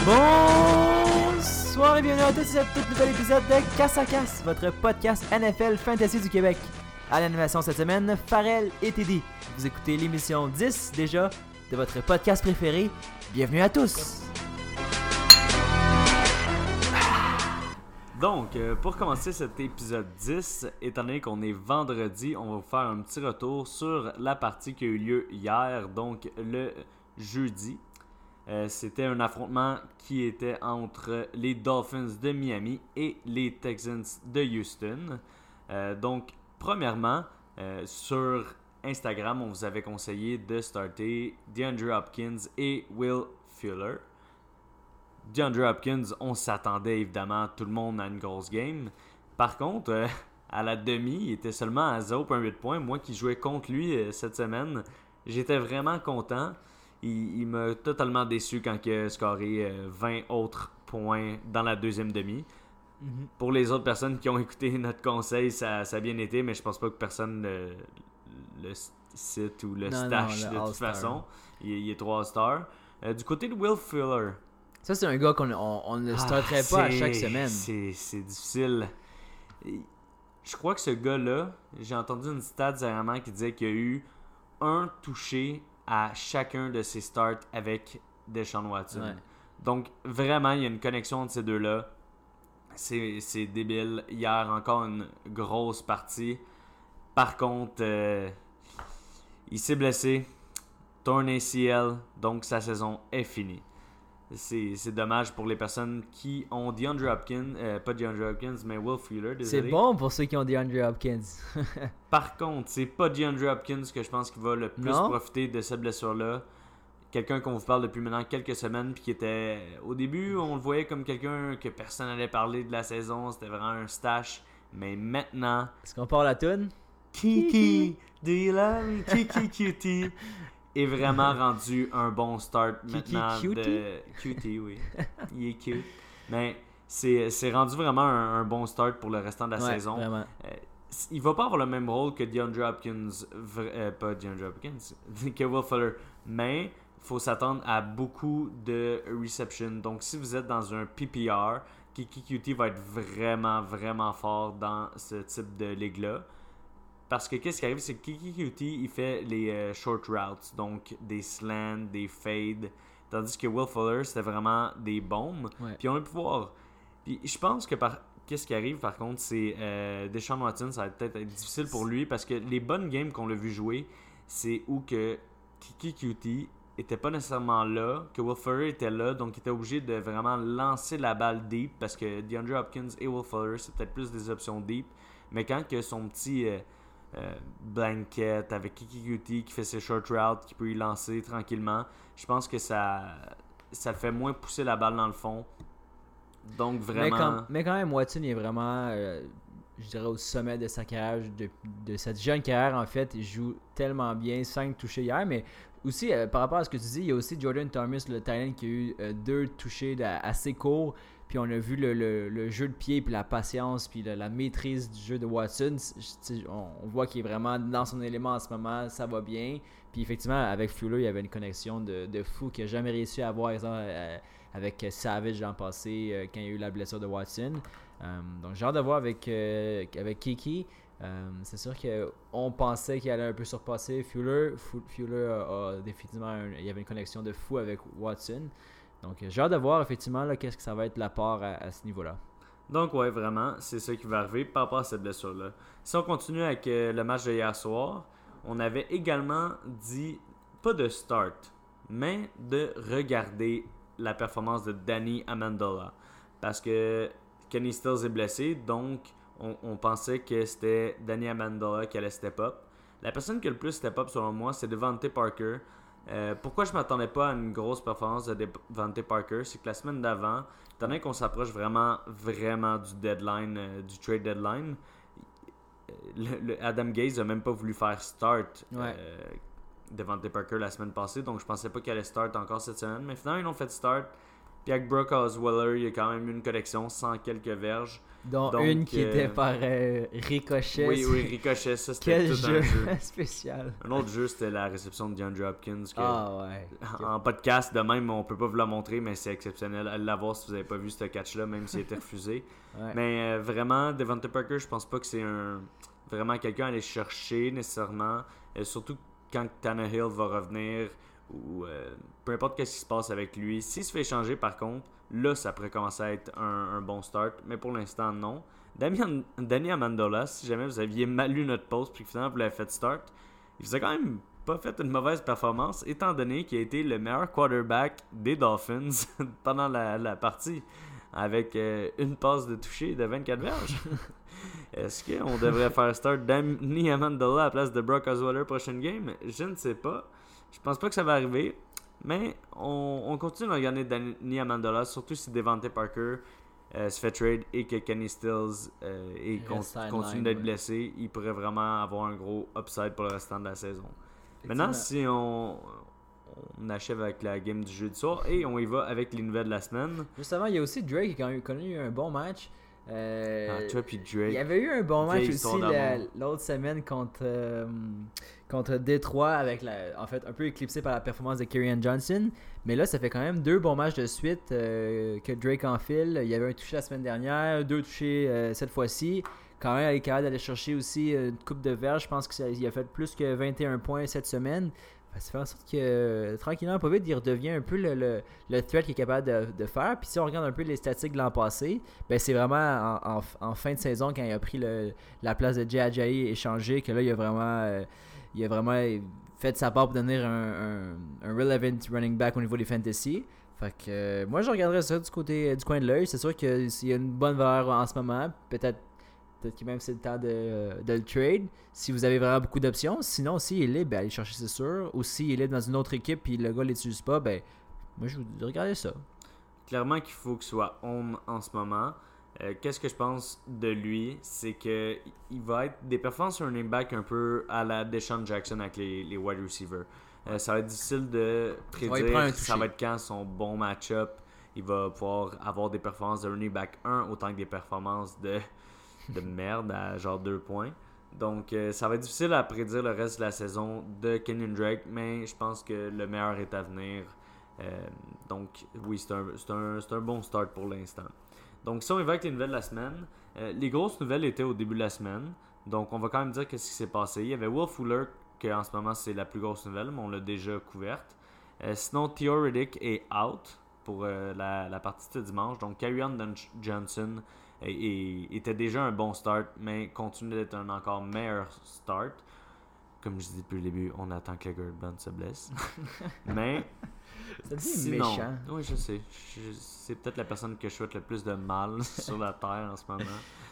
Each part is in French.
Bonsoir et bienvenue à tous à ce tout nouvel épisode de Casse à Casse, votre podcast NFL Fantasy du Québec. À l'animation cette semaine, Pharrell et Teddy. Vous écoutez l'émission 10 déjà de votre podcast préféré. Bienvenue à tous. Donc, pour commencer cet épisode 10, étant donné qu'on est vendredi, on va vous faire un petit retour sur la partie qui a eu lieu hier, donc le jeudi. C'était un affrontement qui était entre les Dolphins de Miami et les Texans de Houston. Donc, premièrement, sur Instagram, on vous avait conseillé de starter DeAndre Hopkins et Will Fuller. DeAndre Hopkins, on s'attendait évidemment tout le monde à une grosse game. Par contre, à la demi, il était seulement à 0.8 points. Moi qui jouais contre lui cette semaine, j'étais vraiment content. Il m'a totalement déçu quand il a scoré 20 autres points dans la deuxième demi. Mm-hmm. Pour les autres personnes qui ont écouté notre conseil, ça a bien été, mais je pense pas que personne le cite ou le stash de toute façon. Il est 3 All-Star. Du côté de Will Fuller, ça, c'est un gars qu'on ne starterait pas à chaque semaine. C'est difficile. Je crois que ce gars-là, j'ai entendu une stat dernièrement qui disait qu'il y a eu un touché à chacun de ses starts avec Deshaun Watson. Ouais. Donc, vraiment, il y a une connexion entre ces deux-là. C'est débile. Hier, encore une grosse partie. Par contre, il s'est blessé. Torn ACL. Donc, sa saison est finie. C'est dommage pour les personnes qui ont DeAndre Hopkins, pas DeAndre Hopkins, mais Will Fuller. Désolé. C'est bon pour ceux qui ont DeAndre Hopkins. Par contre, c'est pas DeAndre Hopkins que je pense qui va le plus profiter de cette blessure-là. Quelqu'un qu'on vous parle depuis maintenant quelques semaines, puis qui était... Au début, on le voyait comme quelqu'un que personne n'allait parler de la saison, c'était vraiment un stash. Mais maintenant... Est-ce qu'on parle à toune? Kiki, do you love me? Kiki Cutie est vraiment rendu un bon start maintenant. Cutie, oui. Il est cute. Mais c'est rendu vraiment un bon start pour le restant de la saison. Vraiment. Il va pas avoir le même rôle que DeAndre Hopkins, pas DeAndre Hopkins, que Will Fuller. Mais il faut s'attendre à beaucoup de reception. Donc si vous êtes dans un PPR, Kiki Cutie va être vraiment, vraiment fort dans ce type de ligue-là. Parce que qu'est-ce qui arrive, c'est que Kiki Cutie, il fait les short routes, donc des slants, des fades, tandis que Will Fuller, c'était vraiment des bombes. Ouais. Puis on a pu voir. Puis je pense que qu'est-ce qui arrive, par contre, c'est Deshaun Watson, ça va peut-être être difficile pour lui, parce que les bonnes games qu'on l'a vu jouer, c'est où que Kiki Cutie était pas nécessairement là, que Will Fuller était là, donc il était obligé de vraiment lancer la balle deep, parce que DeAndre Hopkins et Will Fuller, c'est peut-être plus des options deep. Mais quand que son petit... blanket avec Kiki Cutie qui fait ses short routes, qui peut y lancer tranquillement, je pense que ça fait moins pousser la balle dans le fond. Donc vraiment... Mais quand même, Watson est vraiment, je dirais, au sommet de sa carrière, de cette jeune carrière en fait. Il joue tellement bien, 5 touchés hier, mais aussi par rapport à ce que tu dis, il y a aussi Jordan Thomas, le talent, qui a eu 2 touchés assez courts. Puis on a vu le jeu de pied, puis la patience, puis la maîtrise du jeu de Watson. On voit qu'il est vraiment dans son élément en ce moment, ça va bien. Puis effectivement, avec Fuller, il y avait une connexion de fou qu'il n'a jamais réussi à avoir avec Savage l'an passé quand il y a eu la blessure de Watson. Donc j'ai hâte de voir avec Kiki. C'est sûr qu'on pensait qu'il allait un peu surpasser Fuller. Fuller a définitivement il y avait une connexion de fou avec Watson. Donc, j'ai hâte de voir effectivement là, qu'est-ce que ça va être l'apport à ce niveau-là. Donc, ouais, vraiment, c'est ça qui va arriver par rapport à cette blessure-là. Si on continue avec le match de hier soir, on avait également dit, pas de start, mais de regarder la performance de Danny Amendola. Parce que Kenny Stills est blessé, donc on pensait que c'était Danny Amendola qui allait step up. La personne qui a le plus step up, selon moi, c'est Devontae Parker. Pourquoi je ne m'attendais pas à une grosse performance de Devontae Parker, c'est que la semaine d'avant, étant donné qu'on s'approche vraiment, vraiment du deadline, du trade deadline, Adam Gase n'a même pas voulu faire start Devontae Parker la semaine passée, donc je pensais pas qu'il allait start encore cette semaine, mais finalement ils l'ont fait start. Puis avec Brock Osweiler, il y a quand même une collection, 100 quelques verges. Donc une qui était par Ricochet. Oui, Ricochet, ça c'était Quel tout jeu un jeu. spécial. Un autre jeu, c'était la réception de DeAndre Hopkins. Ouais. En podcast, de même, on peut pas vous la montrer, mais c'est exceptionnel. Allez la voir si vous avez pas vu ce catch-là, même s'il a été refusé. Ouais. Mais vraiment, Devontae Parker, je pense pas que c'est vraiment quelqu'un à aller chercher nécessairement. Surtout quand Tannehill va revenir ou peu importe ce qui se passe avec lui. S'il se fait échanger, par contre, là, ça pourrait commencer à être un bon start. Mais pour l'instant, non. Danny Amendola, si jamais vous aviez mal lu notre post puis que finalement vous l'avez fait start, il faisait quand même pas fait une mauvaise performance, étant donné qu'il a été le meilleur quarterback des Dolphins pendant la partie, avec une passe de toucher de 24 verges. Est-ce qu'on devrait faire start Danny Amendola à la place de Brock Osweiler prochaine game? Je ne sais pas. Je pense pas que ça va arriver. Mais on continue de regarder Danny Amendola, surtout si Devontae Parker se fait trade et que Kenny Stills continue d'être blessé. Il pourrait vraiment avoir un gros upside pour le restant de la saison. Maintenant, si on achève avec la game du jeudi soir et on y va avec les nouvelles de la semaine. Justement, il y a aussi Drake qui a connu un bon match. Toi puis Drake. Il y avait eu un bon match aussi l'autre semaine contre Détroit avec en fait un peu éclipsé par la performance de Kerryon Johnson. Mais là, ça fait quand même 2 bons matchs de suite que Drake enfile. Il y avait un touché la semaine dernière, 2 touchés cette fois-ci. Quand même, il est capable d'aller chercher aussi une coupe de verge. Je pense qu'il a fait plus que 21 points cette semaine. Ça fait en sorte que tranquillement, pas vite, il redevient un peu le threat qu'il est capable de faire. Puis si on regarde un peu les statistiques de l'an passé, ben c'est vraiment en fin de saison quand il a pris la place de Jay Ajayi échangé que là il a vraiment fait sa part pour devenir un relevant running back au niveau des fantasy. Fait que moi je regarderais ça du coin de l'œil. C'est sûr qu'il y a une bonne valeur en ce moment. Peut-être que même c'est le temps de le trade si vous avez vraiment beaucoup d'options. Sinon, s'il est libre, ben, allez chercher, c'est sûr. Ou s'il est libre dans une autre équipe et le gars ne l'utilise pas, ben moi je vous regardez ça. Clairement qu'il faut qu'il soit home en ce moment. Qu'est-ce que je pense de lui? C'est que il va être des performances sur un running back un peu à la Deshaun Jackson avec les wide receivers. Ça va être difficile de prédire ça va être quand son bon match-up. Il va pouvoir avoir des performances de running back 1 autant que des performances de merde à genre 2 points. Donc ça va être difficile à prédire le reste de la saison de Kenyon Drake, mais je pense que le meilleur est à venir. Donc oui, c'est un bon start pour l'instant. Donc si on y va avec les nouvelles de la semaine, les grosses nouvelles étaient au début de la semaine. Donc on va quand même dire qu'est-ce qui s'est passé. Il y avait Will Fuller, qui en ce moment c'est la plus grosse nouvelle, mais on l'a déjà couverte. Sinon, Theo Riddick est out pour la partie de dimanche. Donc Kerryon Johnson était déjà un bon start, mais continue d'être un encore meilleur start. Comme je dis depuis le début, on attend que Legarrette Blount se blesse. Mais ça devient méchant. Oui, je sais. C'est peut-être la personne que je souhaite le plus de mal sur la terre en ce moment.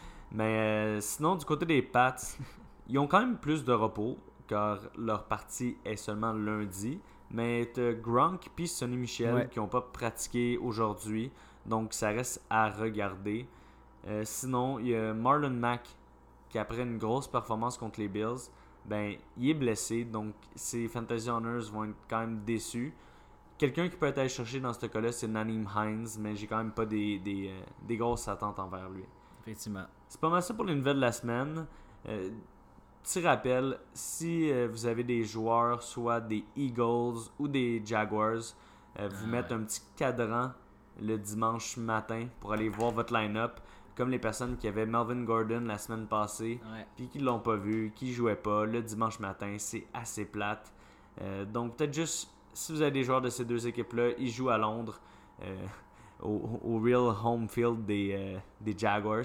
Mais sinon, du côté des Pats, ils ont quand même plus de repos, car leur partie est seulement lundi. Mais t'as Gronk puis Sonny Michel qui n'ont pas pratiqué aujourd'hui. Donc ça reste à regarder. Sinon, il y a Marlon Mack qui, après une grosse performance contre les Bills, ben, il est blessé. Donc ses Fantasy Owners vont être quand même déçus. Quelqu'un qui peut être allé chercher dans ce cas-là, c'est Nyheim Hines, mais j'ai quand même pas des grosses attentes envers lui. Effectivement. C'est pas mal ça pour les nouvelles de la semaine. Petit rappel, si vous avez des joueurs, soit des Eagles ou des Jaguars, vous mettez un petit cadran le dimanche matin pour aller voir votre line-up. Comme les personnes qui avaient Melvin Gordon la semaine passée, puis qui l'ont pas vu, qui jouaient pas, le dimanche matin, c'est assez plate. Donc peut-être juste, si vous avez des joueurs de ces deux équipes-là, ils jouent à Londres, au real home field des Jaguars.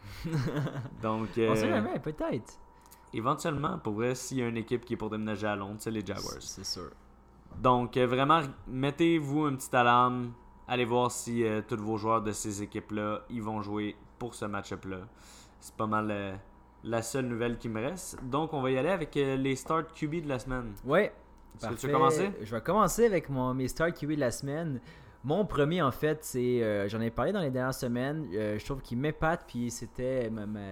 Donc, on sait jamais, peut-être. Éventuellement, pour vrai, s'il y a une équipe qui est pour déménager à Londres, c'est les Jaguars. C'est sûr. Donc vraiment, mettez-vous une petite alarme. Allez voir si tous vos joueurs de ces équipes-là, ils vont jouer pour ce match-up-là. C'est pas mal la seule nouvelle qui me reste. Donc, on va y aller avec les start QB de la semaine. Ouais. Est-ce que tu veux commencer? Je vais commencer avec mes start QB de la semaine. Mon premier, en fait, c'est... j'en ai parlé dans les dernières semaines. Je trouve qu'il m'épate, puis c'était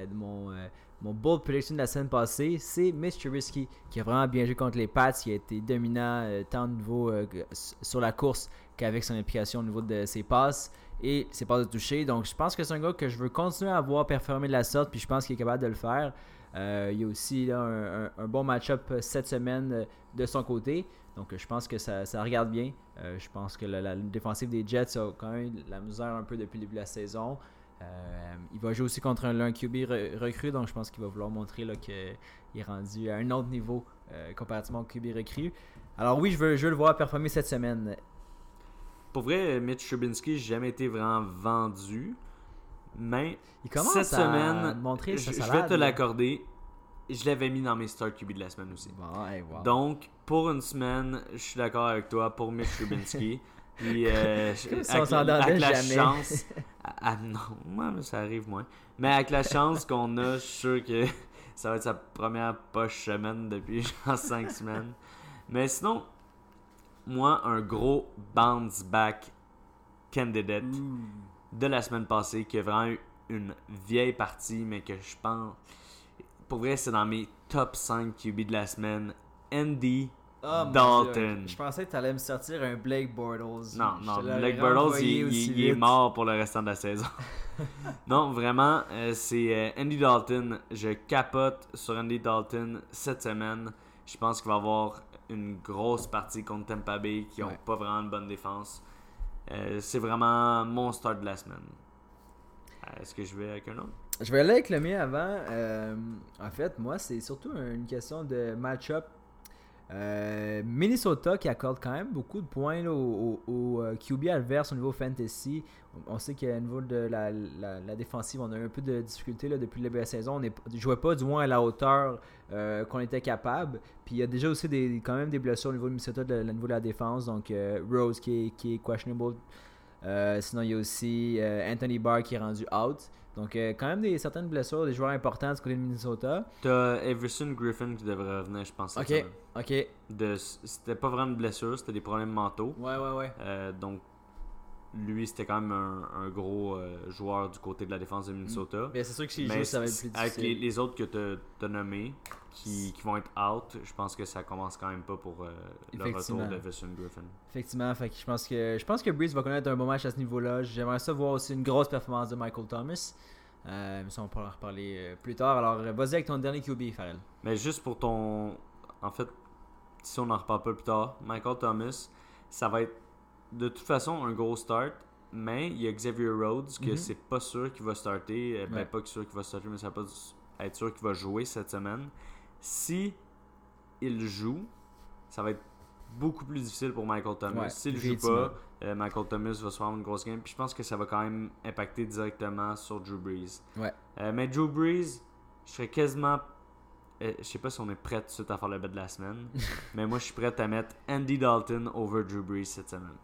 mon bold prediction de la semaine passée. C'est Mitch Trubisky, qui a vraiment bien joué contre les Pats. Il a été dominant tant au niveau sur la course qu'avec son implication au niveau de ses passes et ses passes de toucher. Donc je pense que c'est un gars que je veux continuer à voir performer de la sorte, puis je pense qu'il est capable de le faire. Il y a aussi là, un bon match-up cette semaine de son côté. Donc je pense que ça regarde bien. Je pense que la défensive des Jets a quand même la misère un peu depuis le début de la saison. Il va jouer aussi contre un QB recru, donc je pense qu'il va vouloir montrer là, qu'il est rendu à un autre niveau comparativement au QB recru. Alors oui, je veux le voir performer cette semaine. Pour vrai, Mitch Trubisky, j'ai jamais été vraiment vendu. Mais il commence cette semaine, montrer sa salade, je vais te l'accorder. Je l'avais mis dans mes start QB de la semaine aussi. Bon, hey, wow. Donc, pour une semaine, je suis d'accord avec toi pour Mitch Trubisky. Puis, avec la chance. Non, moi, ça arrive moins. Mais avec la chance qu'on a, je suis sûr que ça va être sa première poche semaine depuis genre 5 semaines. Mais sinon, moi, un gros bounce back candidate de la semaine passée qui a vraiment eu une vieille partie, mais que je pense. Pour vrai, c'est dans mes top 5 QB de la semaine. Andy Dalton. Je pensais que tu allais me sortir un Blake Bortles. Non, Blake Bortles, il est mort pour le restant de la saison. Non, vraiment, c'est Andy Dalton. Je capote sur Andy Dalton cette semaine. Je pense qu'il va avoir une grosse partie contre Tampa Bay qui n'ont pas vraiment une bonne défense. C'est vraiment mon start de la semaine. Est-ce que je vais avec un autre? Je vais aller avec le mien avant. En fait, moi, c'est surtout une question de match-up. Minnesota qui accorde quand même beaucoup de points là, au QB adverse au niveau fantasy. On sait qu'au niveau de la défensive, on a eu un peu de difficulté là, depuis le début de la saison. On ne jouait pas du moins à la hauteur qu'on était capable. Puis il y a déjà aussi quand même des blessures au niveau de Minnesota au niveau de la défense. Donc Rose qui est questionable. Sinon il y a aussi Anthony Barr qui est rendu out. Donc, quand même certaines blessures, des joueurs importants du côté de Minnesota. T'as Everson Griffin qui devrait revenir, je pense. Ok. C'était pas vraiment une blessure, c'était des problèmes mentaux. Ouais. Donc, lui, c'était quand même un gros joueur du côté de la défense de Minnesota. Mais c'est sûr que s'il joue, ça va être plus difficile. Avec les autres que t'as nommés, qui vont être out, je pense que ça commence quand même pas pour le retour d'Everson Griffin. Effectivement, fait que je pense que Breeze va connaître un bon match à ce niveau-là. J'aimerais ça voir aussi une grosse performance de Michael Thomas. Mais ça, on pourra en reparler plus tard. Alors, vas-y avec ton dernier QB, Farrell. Mais juste pour ton... En fait, si on en reparle pas plus tard, Michael Thomas, ça va être de toute façon un gros start. Mais il y a Xavier Rhodes que c'est pas sûr qu'il va starter. Pas sûr qu'il va starter, mais ça va pas être sûr qu'il va jouer cette semaine. Si il joue, ça va être beaucoup plus difficile pour Michael Thomas. S'il joue pas, Michael Thomas va se faire une grosse game. Puis je pense que ça va quand même impacter directement sur Drew Brees. Mais Drew Brees, je serais quasiment... je sais pas si on est prêt tout de suite à faire le bet de la semaine. Mais moi, je suis prêt à mettre Andy Dalton over Drew Brees cette semaine.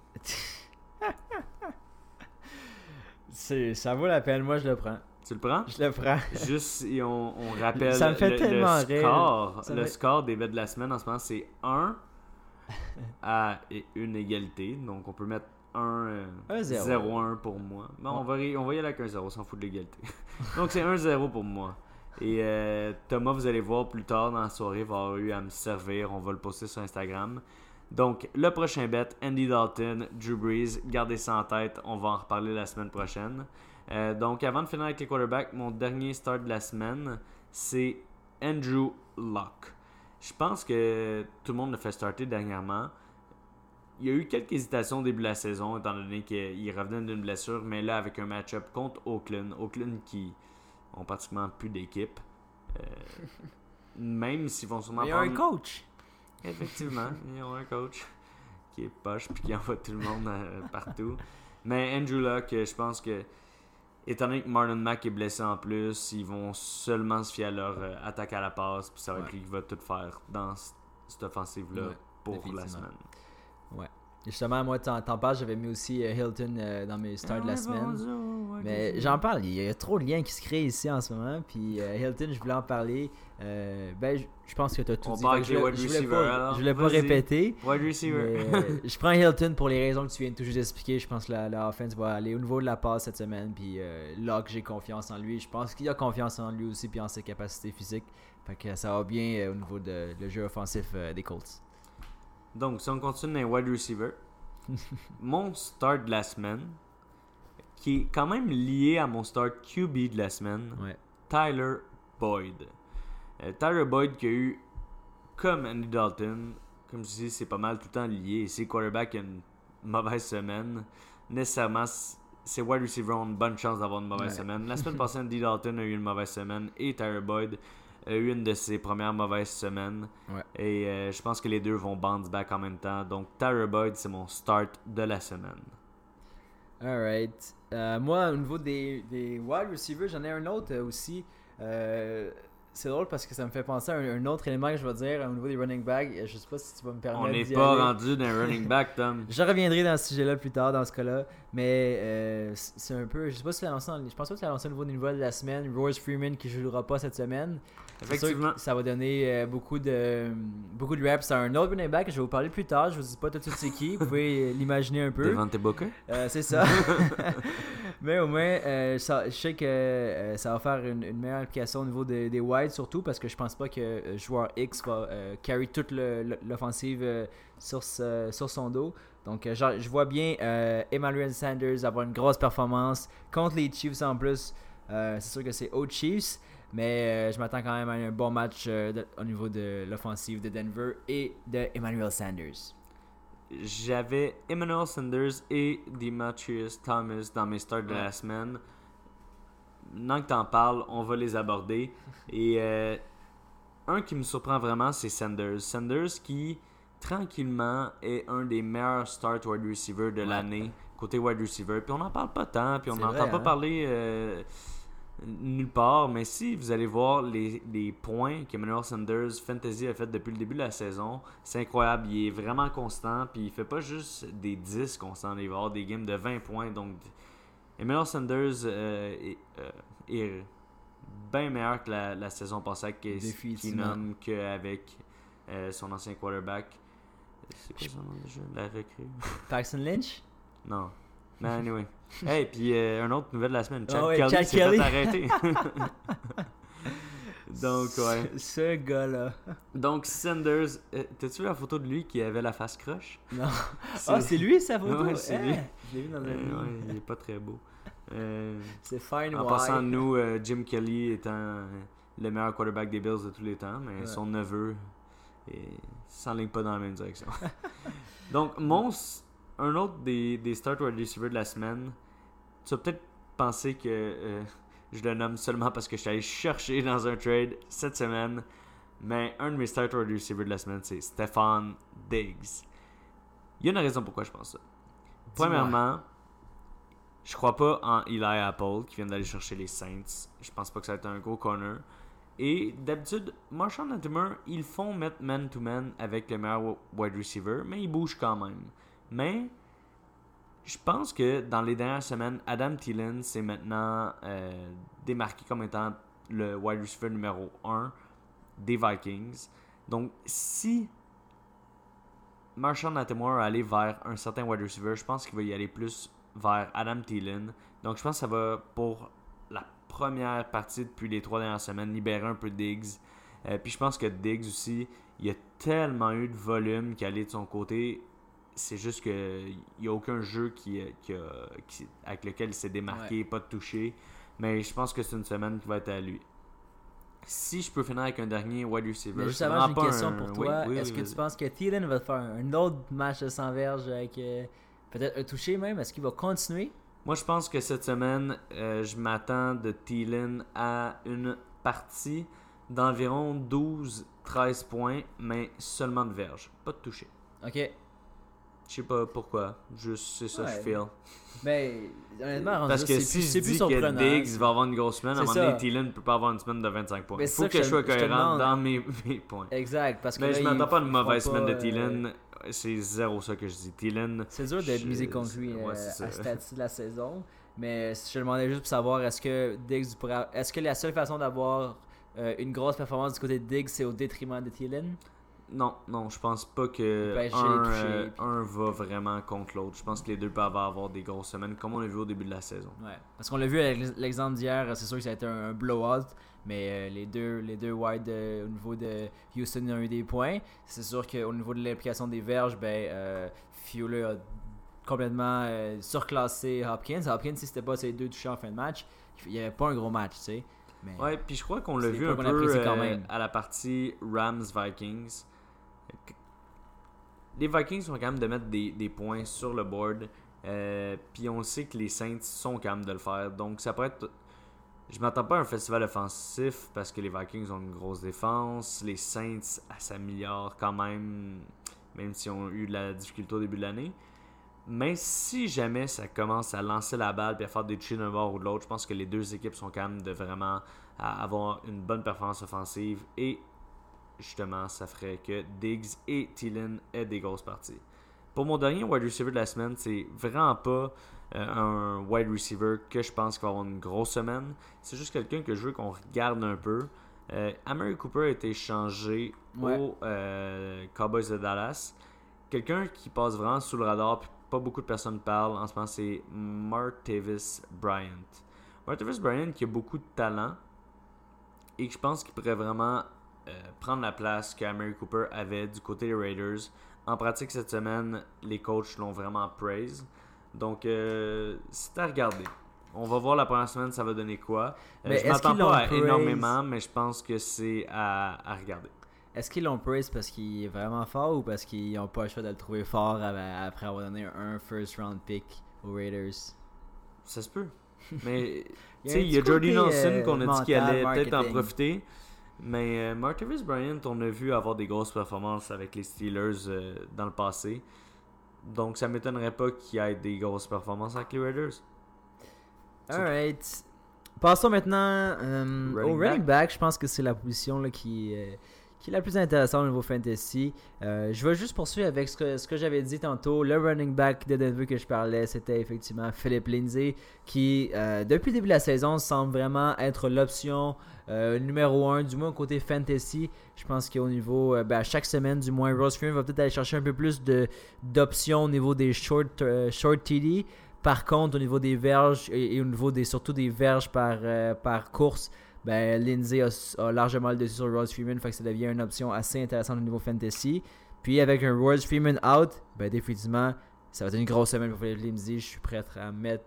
Ça vaut la peine. Moi, je le prends. Tu le prends? Je le prends. Juste, et on rappelle ça me fait tellement score. Le score des bets de la semaine en ce moment, c'est 1 à une égalité. Donc, on peut mettre 0-1 pour moi. Bon, on va y aller avec un 0, on s'en fout de l'égalité. Donc, c'est 1-0 pour moi. Et Thomas, vous allez voir plus tard dans la soirée, va avoir eu à me servir. On va le poster sur Instagram. Donc, le prochain bet, Andy Dalton, Drew Brees. Gardez ça en tête. On va en reparler la semaine prochaine. Donc, avant de finir avec les quarterbacks, mon dernier start de la semaine, c'est Andrew Luck. Je pense que tout le monde l'a fait starter dernièrement. Il y a eu quelques hésitations au début de la saison, étant donné qu'il revenait d'une blessure, mais là, avec un match-up contre Oakland qui ont pratiquement plus d'équipe, même s'ils vont sûrement prendre... Il y a un coach! Effectivement, ils ont un coach qui est poche puis qui envoie tout le monde partout. Mais Andrew Luck, je pense que étant donné que Marlon Mack est blessé en plus, ils vont seulement se fier à leur attaque à la passe, puis ça va être lui qui va tout faire dans cette offensive-là pour la semaine. Ouais. Justement, moi, t'en parles, j'avais mis aussi Hilton dans mes starts de la semaine. Mais j'en parle, il y a trop de liens qui se créent ici en ce moment. Puis Hilton, je voulais en parler. Je pense que tu as tout dit. Je voulais pas répéter. Wide receiver. Je prends Hilton pour les raisons que tu viens de tout juste expliquer. Je pense que la offense va aller au niveau de la passe cette semaine. Puis Locke, j'ai confiance en lui. Je pense qu'il a confiance en lui aussi puis en ses capacités physiques. Fait que ça va bien au niveau du jeu offensif des Colts. Donc, si on continue dans les wide receivers, mon start de la semaine, qui est quand même lié à mon start QB de la semaine, Ouais. Tyler Boyd. Tyler Boyd qui a eu, comme Andy Dalton, comme je dis, c'est pas mal tout le temps lié. Et si le quarterback a une mauvaise semaine, nécessairement, ses wide receivers ont une bonne chance d'avoir une mauvaise semaine. La semaine passée, Andy Dalton a eu une mauvaise semaine et Tyler Boyd a eu une de ses premières mauvaises semaines. Ouais. Et je pense que les deux vont bounce back en même temps. Donc Tyler Boyd, c'est mon start de la semaine. Alright. Moi, au niveau des wide receivers, j'en ai un autre aussi. C'est drôle parce que ça me fait penser à un autre élément que je vais dire au niveau des running backs. Je sais pas si tu vas me permettre On n'est d'y pas aller. rendu d'un running back, Tom. Je reviendrai dans ce sujet-là plus tard dans ce cas-là. Mais c'est un peu. Je sais pas si tu l'as lancé. Je pense pas que tu l'as lancé au niveau des nouvelles de la semaine. Royce Freeman qui jouera pas cette semaine. Effectivement. Ça va donner beaucoup de reps. C'est un autre running back que je vais vous parler plus tard. Je vous dis pas tout de suite c'est qui. Vous pouvez l'imaginer un peu. Devante Booker. C'est ça. Mais au moins, je sais que ça va faire une meilleure application au niveau des wides, surtout parce que je pense pas que joueur X va carry toute l'offensive sur son dos. Donc, je vois bien Emmanuel Sanders avoir une grosse performance contre les Chiefs en plus. C'est sûr que c'est aux Chiefs, mais je m'attends quand même à un bon match au niveau de l'offensive de Denver et de Emmanuel Sanders. J'avais Emmanuel Sanders et Demetrius Thomas dans mes starts de la semaine. Maintenant que t'en parles, on va les aborder. Et un qui me surprend vraiment, c'est Sanders. Sanders qui, tranquillement, est un des meilleurs start wide receivers de l'année, côté wide receiver. Puis on n'en parle pas tant, puis on n'entend pas parler nulle part. Mais si vous allez voir les points qu'Emmanuel Sanders Fantasy a fait depuis le début de la saison, c'est incroyable. Il est vraiment constant, puis il fait pas juste des 10 constants. Il va avoir des games de 20 points. Donc, Emmanuel Sanders est bien meilleur que la saison passée avec Keenum qu'avec son ancien quarterback. C'est quoi son nom déjà? La recrue. Paxton Lynch? Non. Mais anyway. Hey, puis une autre nouvelle de la semaine. Chad Chad Kelly s'est Kelly. fait arrêter. Donc, ouais. Ce gars-là. Donc, Sanders, t'as-tu vu la photo de lui qui avait la face croche? Non. C'est lui sa photo? Ouais, c'est lui. Je l'ai vu dans un livre. Ouais, il est pas très beau. C'est fine. En passant, nous, Jim Kelly étant le meilleur quarterback des Bills de tous les temps, mais son neveu s'enligne pas dans la même direction. Donc, un autre des start wide receivers de la semaine, tu vas peut-être penser que je le nomme seulement parce que je suis allé chercher dans un trade cette semaine, mais un de mes start wide receivers de la semaine, c'est Stefon Diggs. Il y a une raison pourquoi je pense ça. Premièrement, je crois pas en Eli Apple qui vient d'aller chercher les Saints. Je pense pas que ça va être un gros corner. Et d'habitude, Marshawn Latimer, ils font mettre man-to-man avec le meilleur wide receiver, mais ils bougent quand même. Mais je pense que dans les dernières semaines, Adam Thielen s'est maintenant démarqué comme étant le wide receiver numéro 1 des Vikings. Donc, si Marshawn Latimer allait vers un certain wide receiver, je pense qu'il va y aller plus vers Adam Thielen. Donc, je pense que ça va, pour la première partie depuis les 3 dernières semaines, libérer un peu Diggs. Puis je pense que Diggs aussi, il a tellement eu de volume qui allait de son côté. C'est juste qu'il n'y a aucun jeu avec lequel il s'est démarqué, pas de toucher. Mais je pense que c'est une semaine qui va être à lui. Si je peux finir avec un dernier wide receiver. Mais juste avant, j'ai une question pour toi. Est-ce que tu penses que Thielen va faire un autre match de 100 verges avec peut-être un touché même? Est-ce qu'il va continuer? Moi, je pense que cette semaine, je m'attends de Thielen à une partie d'environ 12-13 points, mais seulement de verges. Pas de touché. Ok. Je sais pas pourquoi. Juste, c'est ça que je feel. Ben, honnêtement, parce que si je dis que Diggs va avoir une grosse semaine, à un moment donné, Thielen ne peut pas avoir une semaine de 25 points. Il faut que je sois cohérent dans mes points. Exact. Parce que mais je m'attends pas à une mauvaise semaine de Thielen. C'est zéro ça que je dis. Thielen. C'est dur de miser contre lui à cette partie de la saison. Mais je te demandais juste pour savoir, est-ce que Diggs pourrait. Est-ce que la seule façon d'avoir une grosse performance du côté de Diggs, c'est au détriment de Thielen? Non, je pense pas que un va vraiment contre l'autre. Je pense que les deux peuvent avoir des grosses semaines, comme on l'a vu au début de la saison. Ouais, parce qu'on l'a vu avec l'exemple d'hier, c'est sûr que ça a été un blowout, mais les deux wide au niveau de Houston ont eu des points. C'est sûr qu'au niveau de l'implication des verges, Fuller a complètement surclassé Hopkins. Hopkins, si c'était pas ses 2 touchés en fin de match, il n'y avait pas un gros match, tu sais. Mais Ouais, puis je crois qu'on l'a c'est vu pas un qu'on peu apprécie quand même. à la partie Rams-Vikings. Les Vikings sont quand même de mettre des points sur le board. Puis on sait que les Saints sont quand même de le faire. Donc ça pourrait être. Je m'attends pas à un festival offensif parce que les Vikings ont une grosse défense. Les Saints s'améliorent quand même, même s'ils ont eu de la difficulté au début de l'année. Mais si jamais ça commence à lancer la balle et à faire des touchés d'un bord ou de l'autre, je pense que les deux équipes sont quand même de vraiment avoir une bonne performance offensive. Et justement, ça ferait que Diggs et Thielen aient des grosses parties. Pour mon dernier wide receiver de la semaine, c'est vraiment pas un wide receiver que je pense qu'il va avoir une grosse semaine. C'est juste quelqu'un que je veux qu'on regarde un peu. Amari Cooper a été échangé aux Cowboys de Dallas. Quelqu'un qui passe vraiment sous le radar, puis pas beaucoup de personnes parlent en ce moment, c'est Martavis Bryant. Martavis Bryant qui a beaucoup de talent et que je pense qu'il pourrait vraiment prendre la place qu'Amari Cooper avait du côté des Raiders. En pratique, cette semaine, les coachs l'ont vraiment praise. Donc, c'est à regarder. On va voir la première semaine, ça va donner quoi. Je m'attends pas à énormément, mais je pense que c'est à regarder. Est-ce qu'ils l'ont praise parce qu'il est vraiment fort ou parce qu'ils n'ont pas le choix de le trouver fort après avoir donné un first round pick aux Raiders? Ça se peut. Mais tu sais, il y a Jordy Nelson qu'on a dit qu'il allait peut-être en profiter. Mais Martavis Bryant, on a vu avoir des grosses performances avec les Steelers dans le passé. Donc ça m'étonnerait pas qu'il y ait des grosses performances avec les Raiders. Alright. Passons maintenant au running back. Je pense que c'est la position là, qui est la plus intéressante au niveau fantasy. Je vais juste poursuivre avec ce que j'avais dit tantôt. Le running back de Denver que je parlais, c'était effectivement Philip Lindsay, qui depuis le début de la saison semble vraiment être l'option numéro 1, du moins côté fantasy. Je pense qu'au niveau, à chaque semaine du moins, Rose Freeman va peut-être aller chercher un peu plus d'options au niveau des short TD. Par contre, au niveau des verges et au niveau surtout des verges par course, Lindsay a largement le dessus sur Rose Freeman, fait que ça devient une option assez intéressante au niveau fantasy. Puis avec un Rose Freeman out, définitivement, ça va être une grosse semaine pour Philip Lindsay. Je suis prêt à mettre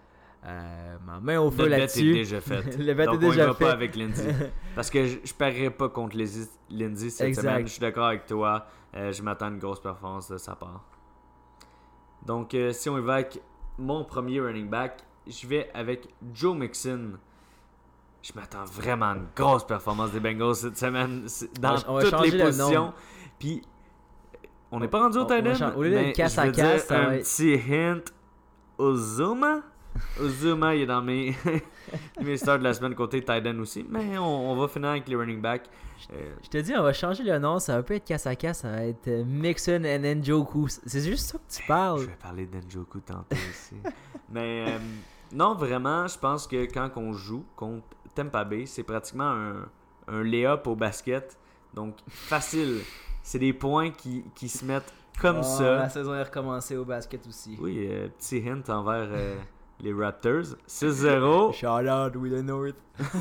ma main au feu là-dessus. Le bet est déjà fait. Le bet donc est déjà on y va fait. pas avec Lindsay. Parce que je parierais pas contre Lindsay cette semaine. Je suis d'accord avec toi. Je m'attends à une grosse performance de sa part. Donc si on y va avec mon premier running back, je vais avec Joe Mixon. Je m'attends vraiment à une grosse performance des Bengals cette semaine dans toutes les positions. Puis, on n'est pas rendu au tight end, au lieu de casse à casse, un petit hint. Uzuma, il est dans mes stars de la semaine côté tight end aussi. Mais on va finir avec les running backs. Je te dis, on va changer le nom. Ça va pas être casse à casse, ça va être Mixon and Njoku. C'est juste ça que tu parles. Je vais parler d'Njoku tantôt aussi. Mais non, vraiment, je pense que quand on joue contre Tampa Bay, c'est pratiquement un lay-up au basket. Donc, facile. C'est des points qui se mettent comme ça. La saison est recommencée au basket aussi. Oui, petit hint envers les Raptors. 6-0. Shout out, we the North.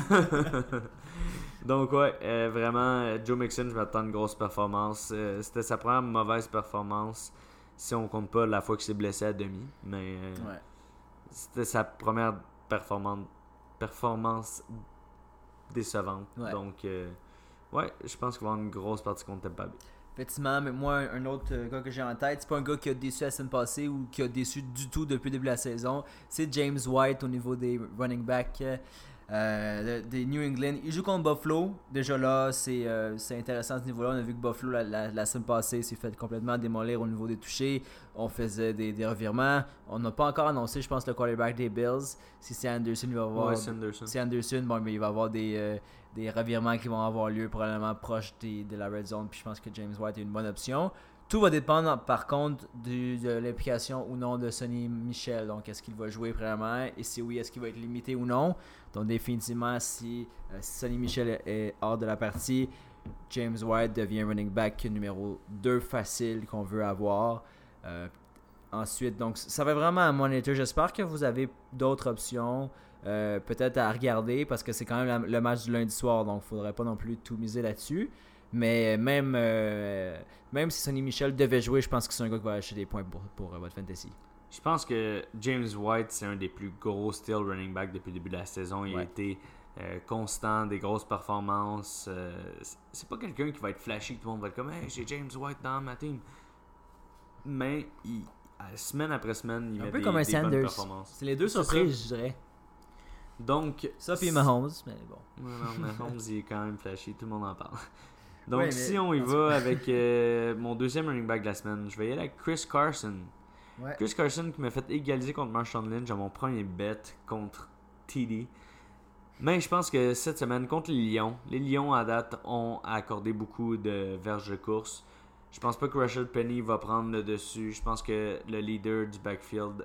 Donc, ouais, vraiment, Joe Mixon, je m'attends à une grosse performance. C'était sa première mauvaise performance, si on compte pas la fois qu'il s'est blessé à demi. Mais c'était sa première performance décevante. Ouais. Donc, je pense qu'il va y avoir une grosse partie contre Tampa Bay. Effectivement, mais moi, un autre gars que j'ai en tête, c'est pas un gars qui a déçu la semaine passée ou qui a déçu du tout depuis le début de la saison. C'est James White au niveau des running backs des New England. Il joue contre Buffalo. Déjà là, c'est intéressant à ce niveau-là. On a vu que Buffalo, la semaine passée, s'est fait complètement démolir au niveau des touchés. On faisait des revirements. On n'a pas encore annoncé, je pense, le quarterback des Bills. Si c'est Anderson, il va avoir... C'est Anderson, mais il va avoir des revirements qui vont avoir lieu probablement proche de la red zone. Puis je pense que James White est une bonne option. Tout va dépendre par contre de l'implication ou non de Sonny Michel. Donc est-ce qu'il va jouer vraiment et si oui, est-ce qu'il va être limité ou non. Donc définitivement, si Sonny Michel est hors de la partie, James White devient running back numéro 2 facile qu'on veut avoir. Ensuite, donc ça va vraiment à monitor. J'espère que vous avez d'autres options. Peut-être à regarder parce que c'est quand même le match du lundi soir, donc il ne faudrait pas non plus tout miser là-dessus. Mais même si Sonny Michel devait jouer, je pense que c'est un gars qui va acheter des points pour votre fantasy. Je pense que James White, c'est un des plus gros steal running back depuis le début de la saison. Il a été constant, des grosses performances. C'est pas quelqu'un qui va être flashy, que tout le monde va être comme hey, j'ai James White dans ma team. Mais semaine après semaine, il met des bonnes performances. C'est les deux surprises, je dirais. Donc, ça puis Mahomes, mais bon. Non, Mahomes, il est quand même flashy, tout le monde en parle. Donc, ouais, si on y va avec mon deuxième running back de la semaine, je vais y aller avec Chris Carson. Ouais. Chris Carson qui m'a fait égaliser contre Marshawn Lynch à mon premier bet contre TD. Mais je pense que cette semaine, contre les Lions à date ont accordé beaucoup de verges de course. Je pense pas que Rashad Penny va prendre le dessus. Je pense que le leader du backfield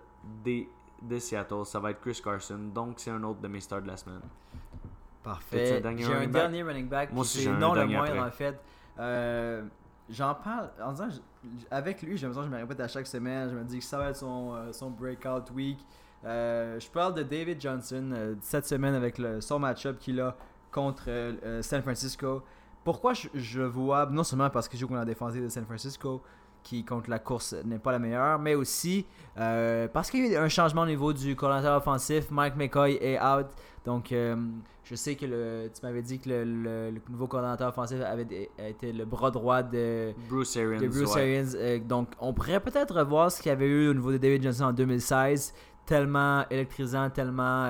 de Seattle, ça va être Chris Carson. Donc, c'est un autre de mes stars de la semaine. Parfait. J'ai un dernier running back. Moi aussi, j'ai un non le dernier moindre, après. en fait. J'en parle en disant, avec lui, j'ai l'impression que je me répète à chaque semaine. Je me dis que ça va être son breakout week. Je parle de David Johnson cette semaine avec son match-up qu'il a contre San Francisco. Pourquoi je vois, non seulement parce qu'il joue contre la défensive de San Francisco, qui contre la course n'est pas la meilleure, mais aussi parce qu'il y a eu un changement au niveau du coordinateur offensif. Mike McCoy est out. Donc, je sais que tu m'avais dit que le nouveau coordinateur offensif avait été le bras droit de Bruce Arians. Donc, on pourrait peut-être revoir ce qu'il y avait eu au niveau de David Johnson en 2016. Tellement électrisant, tellement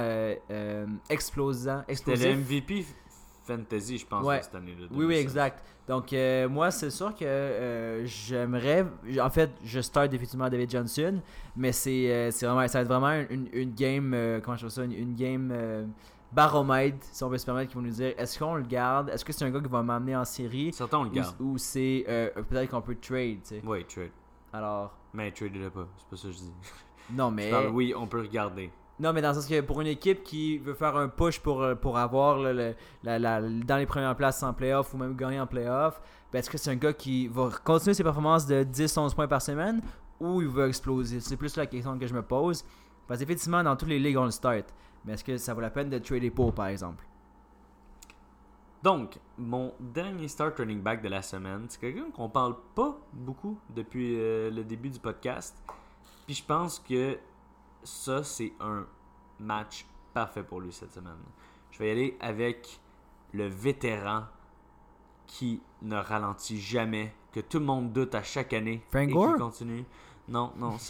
explosif. C'était le MVP Fantasy, je pense, cette année-là. Oui, exact. Donc, moi, c'est sûr que j'aimerais... En fait, je start définitivement David Johnson, mais c'est vraiment, ça va être vraiment une game... comment je fais ça? Une game baromètre, si on peut se permettre, qui vont nous dire est-ce qu'on le garde? Est-ce que c'est un gars qui va m'amener en série? Certains, on le garde. Ou c'est peut-être qu'on peut trade, tu sais. Oui, trade. Alors... Mais trade-le pas, c'est pas ça que je dis. Non, mais... oui, on peut regarder. Non, mais dans le sens que pour une équipe qui veut faire un push pour avoir dans les premières places en playoff ou même gagner en playoff, ben est-ce que c'est un gars qui va continuer ses performances de 10-11 points par semaine ou il va exploser? C'est plus la question que je me pose. Parce qu'effectivement, dans toutes les ligues, on le start. Mais est-ce que ça vaut la peine de trader pour, par exemple? Donc, mon dernier start running back de la semaine, c'est quelqu'un qu'on parle pas beaucoup depuis le début du podcast. Puis je pense que ça, c'est un match parfait pour lui cette semaine. Je vais y aller avec le vétéran qui ne ralentit jamais, que tout le monde doute à chaque année. Frank Gore? Qui continue. Non,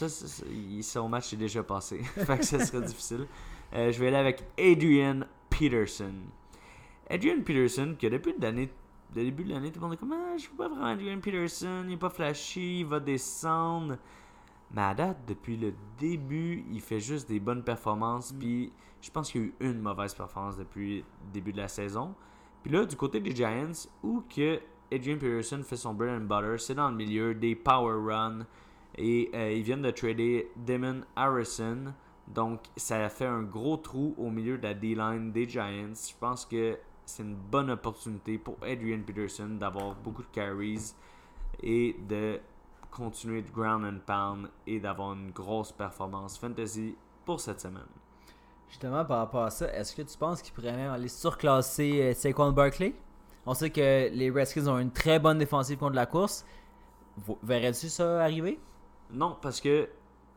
son match est déjà passé. Fait que ça serait difficile. Je vais aller avec Adrian Peterson. Adrian Peterson, que depuis le début de l'année, tout le monde est comme je ne veux pas vraiment Adrian Peterson, il n'est pas flashy, il va descendre. Mais à date, depuis le début, il fait juste des bonnes performances. Puis je pense qu'il y a eu une mauvaise performance depuis le début de la saison. Puis là, du côté des Giants, où que Adrian Peterson fait son bread and butter, c'est dans le milieu des power runs. Et ils viennent de trader Damon Harrison. Donc ça a fait un gros trou au milieu de la D-line des Giants. Je pense que c'est une bonne opportunité pour Adrian Peterson d'avoir beaucoup de carries et de continuer de ground and pound et d'avoir une grosse performance fantasy pour cette semaine. Justement, par rapport à ça, est-ce que tu penses qu'il pourrait même aller surclasser Saquon Barkley? On sait que les Redskins ont une très bonne défensive contre la course. Verrais-tu ça arriver? Non, parce que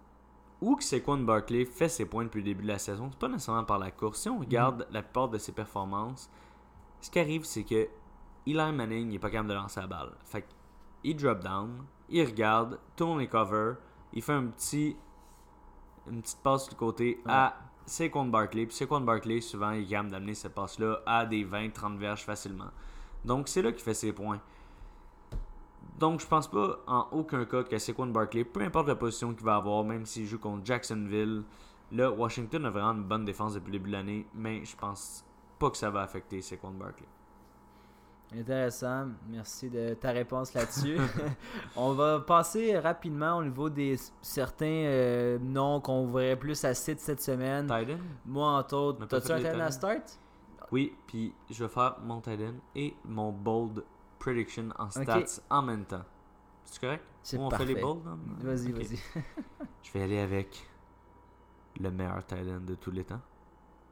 où que Saquon Barkley fait ses points depuis le début de la saison, c'est pas nécessairement par la course. Si on regarde la plupart de ses performances, ce qui arrive, c'est que Eli Manning n'est pas capable de lancer la balle. Fait qu'il drop down, il regarde, tout le monde est cover, il fait une petite passe du côté à Saquon Barkley. Puis Saquon Barkley, souvent, il est capable d'amener cette passe-là à des 20-30 verges facilement. Donc, c'est là qu'il fait ses points. Donc, je pense pas en aucun cas que Saquon Barkley, peu importe la position qu'il va avoir, même s'il joue contre Jacksonville, là, Washington a vraiment une bonne défense depuis le début de l'année, mais je pense pas que ça va affecter Saquon Barkley. Intéressant, merci de ta réponse là-dessus. On va passer rapidement au niveau des certains noms qu'on verrait plus à site cette semaine. Titan? Moi, entre autres, t'as-tu un Titan à start? Oui, puis je vais faire mon Titan et mon bold prediction en stats en même temps. C'est correct? C'est on parfait. Fait les bolds? Vas-y, vas-y. Je vais aller avec le meilleur Titan de tous les temps.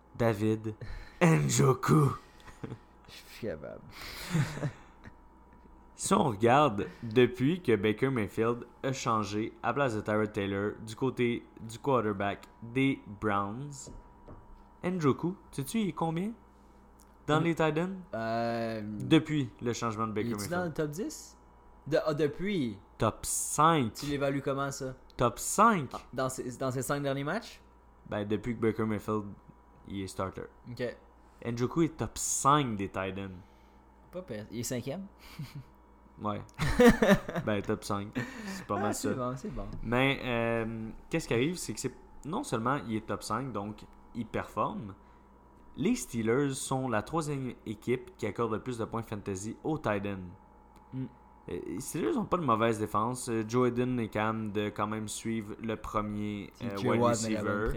David Njoku. Je suis capable. Si on regarde, depuis que Baker Mayfield a changé à place de Tyrod Taylor du côté du quarterback des Browns, Njoku, sais-tu il est combien dans les tight ends? Depuis le changement de Baker Es-tu Mayfield. dans le top 10? Depuis. Top 5. Tu l'évalues comment ça? Top 5. Dans ces 5 derniers matchs? Ben, depuis que Baker Mayfield il est starter. Ok. Njoku est top 5 des tight ends. Pas pire. Il est 5e? Ouais. Ben, top 5. C'est pas mal ça. C'est bon. Mais qu'est-ce qui arrive, c'est que non seulement il est top 5, donc il performe, les Steelers sont la 3e équipe qui accorde le plus de points fantasy aux tight ends. Les Steelers n'ont pas de mauvaise défense. Joe Hayden est capable de quand même suivre le premier wide receiver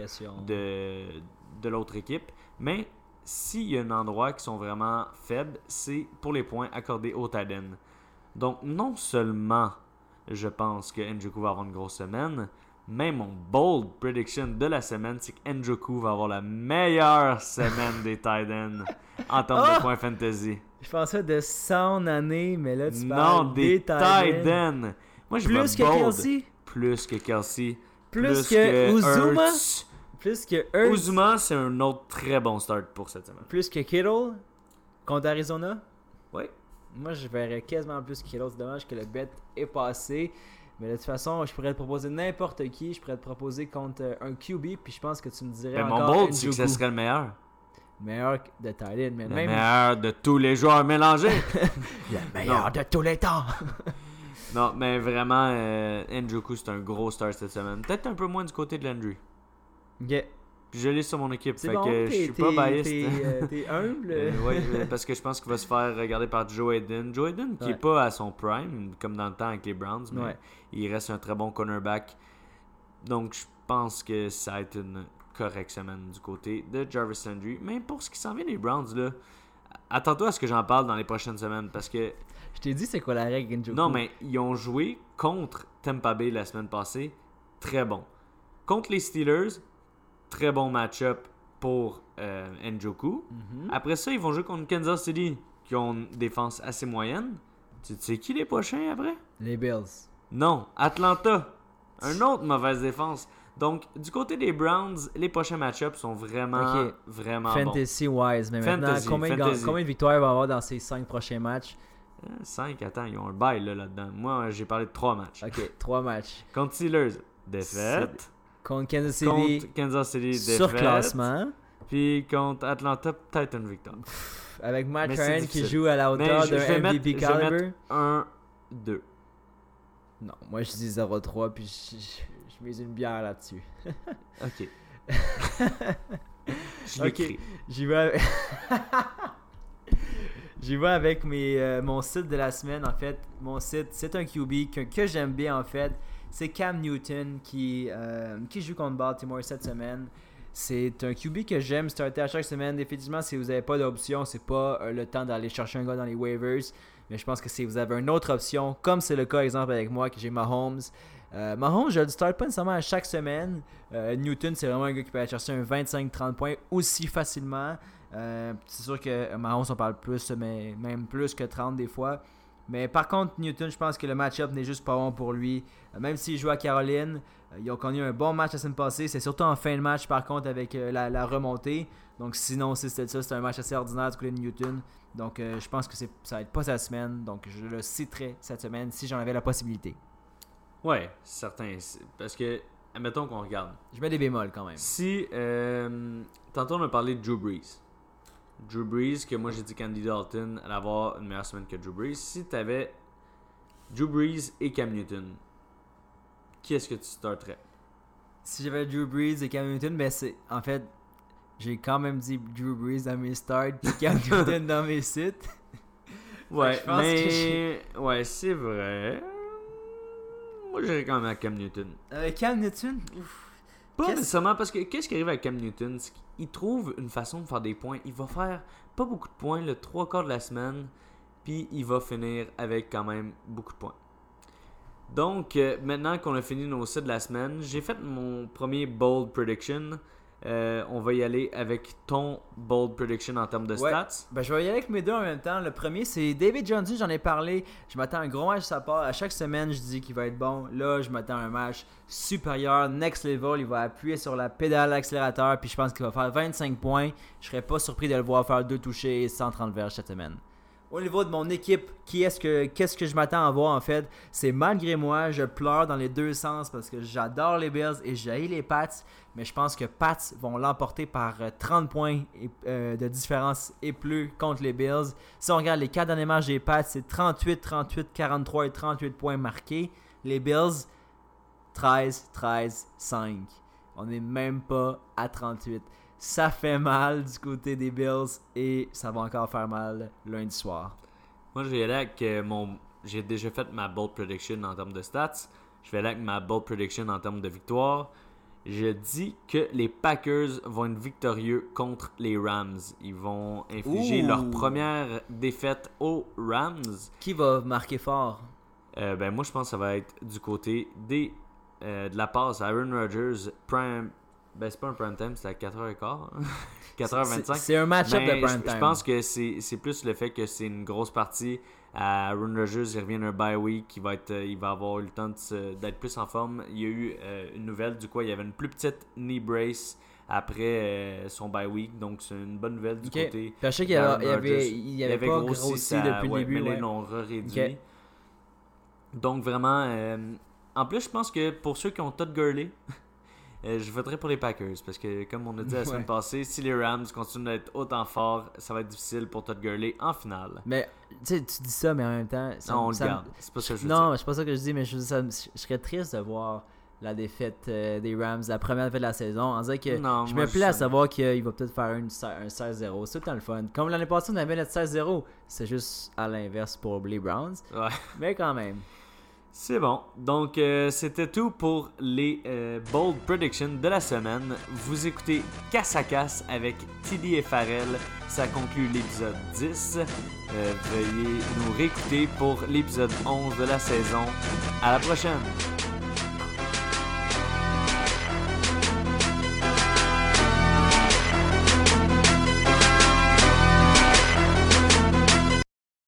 de l'autre équipe. Mais s'il y a un endroit qui sont vraiment faibles, c'est pour les points accordés aux tight ends. Donc non seulement je pense que Njoku va avoir une grosse semaine, mais mon bold prediction de la semaine, c'est que Njoku va avoir la meilleure semaine des tight ends en termes de points fantasy. Je pensais de 100 années, mais là tu Non, parles des tight ends. Moi, je plus que bold. Kelsey? Plus que Kelsey. Plus que Uzuma? Hurts. Plus que Hurts? Uzuma, c'est un autre très bon start pour cette semaine. Plus que Kittle? Contre Arizona? Oui. Moi, je verrais quasiment plus que Kittle. C'est dommage que le bet est passé. Mais de toute façon, je pourrais te proposer n'importe qui. Je pourrais te proposer contre un QB. Puis je pense que tu me dirais Mais encore mon bold, c'est que Njoku. ce serait le meilleur. Meilleur de tight end, mais Le même meilleur de tous les joueurs mélangés. le meilleur de tous les temps. Non, mais vraiment, Njoku, c'est un gros start cette semaine. Peut-être un peu moins du côté de Landry. Ok. Puis je l'ai sur mon équipe, C'est fait bon, que je suis pas biased. T'es humble. Oui, parce que je pense qu'il va se faire regarder par Joe Hayden. Joe Hayden qui Ouais. est pas à son prime, comme dans le temps avec les Browns, mais Ouais. il reste un très bon cornerback. Donc je pense que ça va être une correcte semaine du côté de Jarvis Landry. Mais pour ce qui s'en vient des Browns, là, attends-toi à ce que j'en parle dans les prochaines semaines, parce que... Je t'ai dit c'est quoi la règle, Njoku. Non, mais ils ont joué contre Tampa Bay la semaine passée. Très bon. Contre les Steelers, très bon match-up pour Njoku. Après ça, ils vont jouer contre Kansas City, qui ont une défense assez moyenne. Tu sais qui les prochains après? Les Bills. Non, Atlanta. Un autre mauvaise défense. Donc, du côté des Browns, les prochains match-ups sont vraiment, Ok. vraiment bons. Fantasy-wise. Mais maintenant, Fantasy, combien de victoires il va avoir dans ces 5 prochains matchs? 5, attends, ils ont un bail là-dedans. Moi, j'ai parlé de 3 matchs. Ok, 3 matchs. Contre Steelers, défaite. Contre Kansas City, Contre Kansas City, défaite. surclassement. Puis contre Atlanta, peut-être une victoire. Avec Matt Mais c'est Ryan qui difficile. joue à la Mais hauteur je vais d'un MVP mettre- je vais caliber. 1-2. Non, moi je dis 0-3 puis je mise une bière là-dessus. Ok. Je Ok. l'écris. J'y vais avec... J'y vais avec mon site de la semaine en fait. Mon site, c'est un QB que j'aime bien en fait. C'est Cam Newton qui joue contre Baltimore cette semaine. C'est un QB que j'aime starter à chaque semaine. Définitivement, si vous n'avez pas d'option, c'est pas le temps d'aller chercher un gars dans les waivers. Mais je pense que si vous avez une autre option, comme c'est le cas exemple avec moi, que j'ai Mahomes. Mahomes, je le start pas nécessairement à chaque semaine. Newton, c'est vraiment un gars qui peut aller chercher un 25-30 points aussi facilement. C'est sûr que Mahomes, on parle plus, mais même plus que 30 des fois. Mais par contre, Newton, je pense que le match-up n'est juste pas bon pour lui. Même s'il joue à Caroline, ils ont connu un bon match la semaine passée. C'est surtout en fin de match, par contre, avec la remontée. Donc sinon, si c'était ça, c'était un match assez ordinaire du côté de Newton. Donc je pense que ça va être pas sa semaine. Donc je le citerai cette semaine si j'en avais la possibilité. Ouais, certain. Parce que, admettons qu'on regarde. Je mets des bémols quand même. Si, tantôt on a parlé de Drew Brees. Drew Brees, que moi j'ai dit Candy Dalton allait avoir une meilleure semaine que Drew Brees. Si tu avais Drew Brees et Cam Newton, qui est-ce que tu starterais? Si j'avais Drew Brees et Cam Newton, ben c'est en fait, j'ai quand même dit Drew Brees dans mes starts et Cam Newton dans mes sites. Ouais, je pense mais... Ouais, c'est vrai. Moi j'irais quand même à Cam Newton. Cam Newton, ouf. Pas Qu'est-ce- nécessairement parce que qu'est-ce qui arrive avec Cam Newton, c'est qu'il trouve une façon de faire des points. Il va faire pas beaucoup de points le 3/4 de la semaine, puis il va finir avec quand même beaucoup de points. Donc, maintenant qu'on a fini nos sites de la semaine, j'ai fait mon premier bold prediction. on va y aller avec ton bold prediction en termes de stats. Ben, je vais y aller avec mes deux en même temps. Le premier, c'est David Johnson, j'en ai parlé. Je m'attends à un gros match de sa part. À chaque semaine, je dis qu'il va être bon. Là, je m'attends à un match supérieur, next level. Il va appuyer sur la pédale accélérateur, puis je pense qu'il va faire 25 points. Je serais pas surpris de le voir faire 2 touchés et 130 verges cette semaine. Au niveau de mon équipe, qu'est-ce que je m'attends à voir en fait? C'est malgré moi, je pleure dans les deux sens parce que j'adore les Bills et j'haïs les Pats. Mais je pense que Pats vont l'emporter par 30 points de différence et plus contre les Bills. Si on regarde les 4 derniers matchs des Pats, c'est 38, 38, 43 et 38 points marqués. Les Bills, 13, 13, 5. On n'est même pas à 38. Ça fait mal du côté des Bills et ça va encore faire mal lundi soir. Moi, je vais aller avec j'ai déjà fait ma bold prediction en termes de stats. Je vais aller avec ma bold prediction en termes de victoire. Je dis que les Packers vont être victorieux contre les Rams. Ils vont infliger leur première défaite aux Rams. Qui va marquer fort? Moi, je pense que ça va être du côté de la passe. Aaron Rodgers, prime. C'est pas un prime time, c'est à 4h15. 4h25. C'est un match-up de prime time. Je pense que c'est plus le fait que c'est une grosse partie. Aaron Rodgers, il revient d'un bye week. Il va avoir eu le temps d'être plus en forme. Il y a eu une nouvelle du coup, il y avait une plus petite knee brace après son bye week. Donc, c'est une bonne nouvelle du côté. Puis je sais qu'il avait pas grossi depuis le début. Mais là, ils l'ont réduit. Donc, vraiment, en plus, je pense que pour ceux qui ont Todd Gurley, je voterai pour les Packers parce que, comme on a dit la semaine passée, si les Rams continuent d'être autant forts, ça va être difficile pour Todd Gurley en finale. Mais tu dis ça, mais en même temps. On le garde. C'est pas ça que je veux dire. Non, c'est pas ça que je dis, mais je serais triste de voir la défaite des Rams, la première défaite de la saison. On dirait que je me plais à savoir qu'il va peut-être faire un 16-0. C'est tout le temps le fun. Comme l'année passée, on avait notre 16-0. C'est juste à l'inverse pour les Browns. Ouais. Mais quand même. C'est bon. Donc, c'était tout pour les bold predictions de la semaine. Vous écoutez Casse à Casse avec Tilly et Farrell. Ça conclut l'épisode 10. Veuillez nous réécouter pour l'épisode 11 de la saison. À la prochaine!